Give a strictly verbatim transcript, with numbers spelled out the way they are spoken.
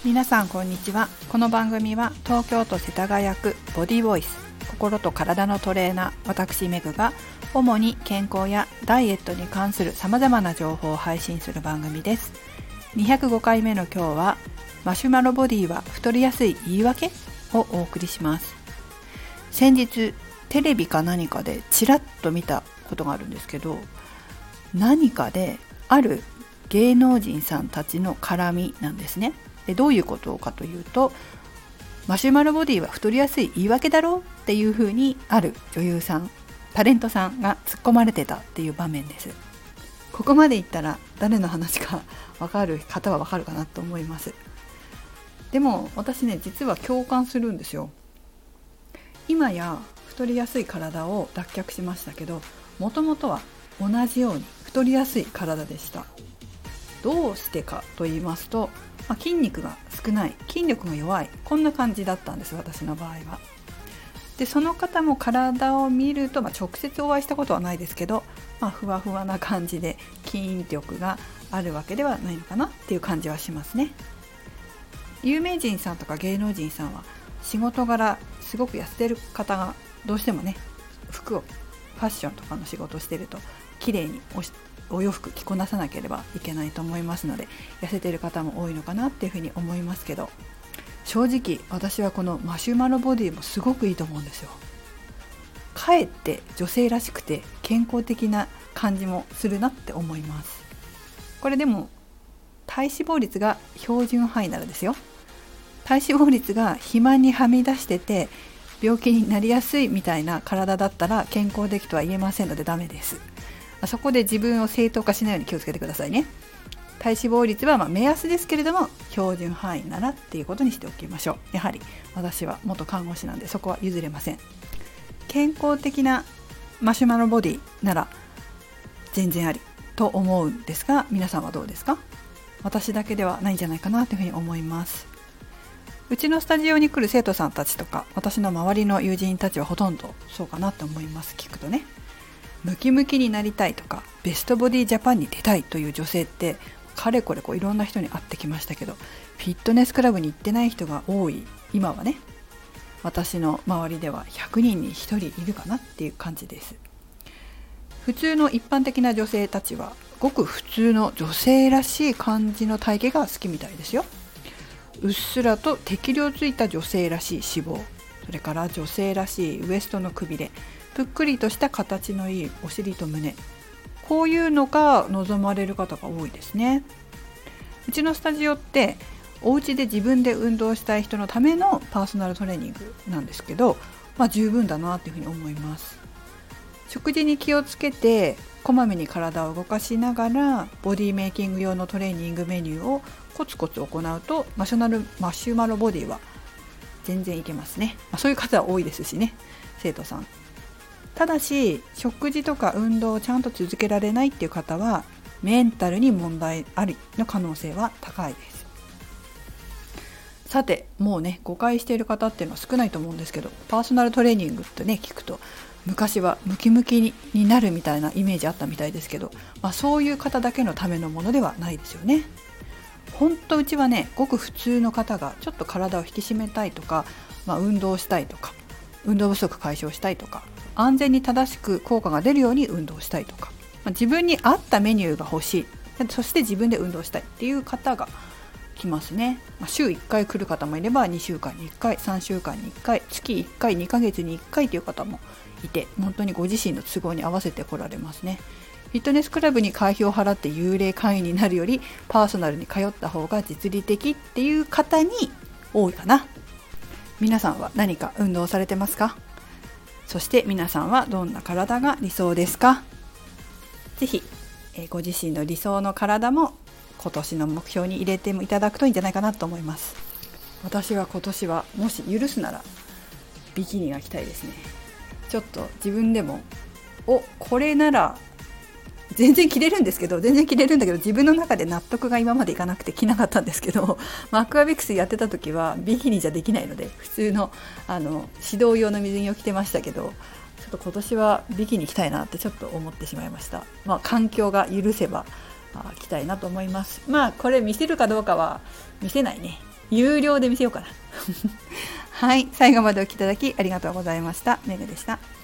皆さんこんにちは。この番組は東京都世田谷区ボディボイス心と体のトレーナー私メグが主に健康やダイエットに関するさまざまな情報を配信する番組です。にひゃくごかいめの今日はマシュマロボディは太りやすい言い訳をお送りします。先日テレビか何かでちらっと見たことがあるんですけど、何かである芸能人さんたちの絡みなんですね。でどういうことかというと、マシュマロボディは太りやすい言い訳だろうっていうふうにある女優さん、タレントさんが突っ込まれてたっていう場面です。ここまで言ったら誰の話か分かる方は分かるかなと思います。でも私ね、実は共感するんですよ。今や太りやすい体を脱却しましたけど、もともとは同じように太りやすい体でした。どうしてかと言いますと、まあ、筋肉が少ない、筋力が弱い、こんな感じだったんです、私の場合は。でその方も体を見ると、まあ、直接お会いしたことはないですけど、まあ、ふわふわな感じで筋力があるわけではないのかなっていう感じはしますね。有名人さんとか芸能人さんは仕事柄すごく痩せてる方がどうしてもね、服をファッションとかの仕事をしていると綺麗にお洋服着こなさなければいけないと思いますので、痩せている方も多いのかなっていうふうに思いますけど、正直私はこのマシュマロボディもすごくいいと思うんですよ。かえって女性らしくて健康的な感じもするなって思います。これでも体脂肪率が標準範囲ならですよ。体脂肪率が肥満にはみ出してて病気になりやすいみたいな体だったら健康的とは言えませんのでダメです。そこで自分を正当化しないように気をつけてくださいね。体脂肪率はまあ目安ですけれども、標準範囲ならっていうことにしておきましょう。やはり私は元看護師なんでそこは譲れません。健康的なマシュマロボディなら全然ありと思うんですが、皆さんはどうですか？私だけではないんじゃないかなというふうに思います。うちのスタジオに来る生徒さんたちとか私の周りの友人たちはほとんどそうかなと思います。聞くとね、ムキムキになりたいとかベストボディジャパンに出たいという女性ってかれこれこういろんな人に会ってきましたけど、フィットネスクラブに行ってない人が多い今はね、私の周りではひゃくにんにひとりいるかなっていう感じです。普通の一般的な女性たちはごく普通の女性らしい感じの体型が好きみたいですよ。うっすらと適量ついた女性らしい脂肪、それから女性らしいウエストのくびれ、ぷっくりとした形のいいお尻と胸、こういうのが望まれる方が多いですね。うちのスタジオってお家で自分で運動したい人のためのパーソナルトレーニングなんですけど、まあ、十分だなというふうに思います。食事に気をつけてこまめに体を動かしながらボディメイキング用のトレーニングメニューをコツコツ行うとマシュマロ、マシュマロボディは全然いけますね。まあ、そういう方は多いですしね、生徒さん。ただし食事とか運動をちゃんと続けられないっていう方はメンタルに問題ありの可能性は高いです。さて、もうね誤解している方っていうのは少ないと思うんですけど、パーソナルトレーニングってね聞くと昔はムキムキ に, になるみたいなイメージあったみたいですけど、まあ、そういう方だけのためのものではないですよね。本当うちはねごく普通の方がちょっと体を引き締めたいとか、まあ、運動したいとか運動不足解消したいとか安全に正しく効果が出るように運動したいとか、まあ、自分に合ったメニューが欲しい、そして自分で運動したいっていう方が来ますね。まあ、週いっかい来る方もいればにしゅうかんにいっかい、さんしゅうかんにいっかい、月いっかい、にかげつにいっかいという方もいて、本当にご自身の都合に合わせて来られますね。フィットネスクラブに会費を払って幽霊会員になるよりパーソナルに通った方が実利的っていう方に多いかな。皆さんは何か運動されてますか？そして皆さんはどんな体が理想ですか？ぜひ、えー、ご自身の理想の体も今年の目標に入れていただくといいんじゃないかなと思います。私は今年はもし許すならビキニが着たいですね。ちょっと自分でもおこれなら全然着れるんですけど全然着れるんだけど自分の中で納得が今までいかなくて着なかったんですけど、アクアビクスやってた時はビキニじゃできないので普通の、あの指導用の水着を着てましたけど、ちょっと今年はビキニ着たいなってちょっと思ってしまいました。まあ、環境が許せば着たいなと思います。まあこれ見せるかどうかは見せないね。 有料で見せようかなはい、最後までお聞きいただきありがとうございました。めぐでした。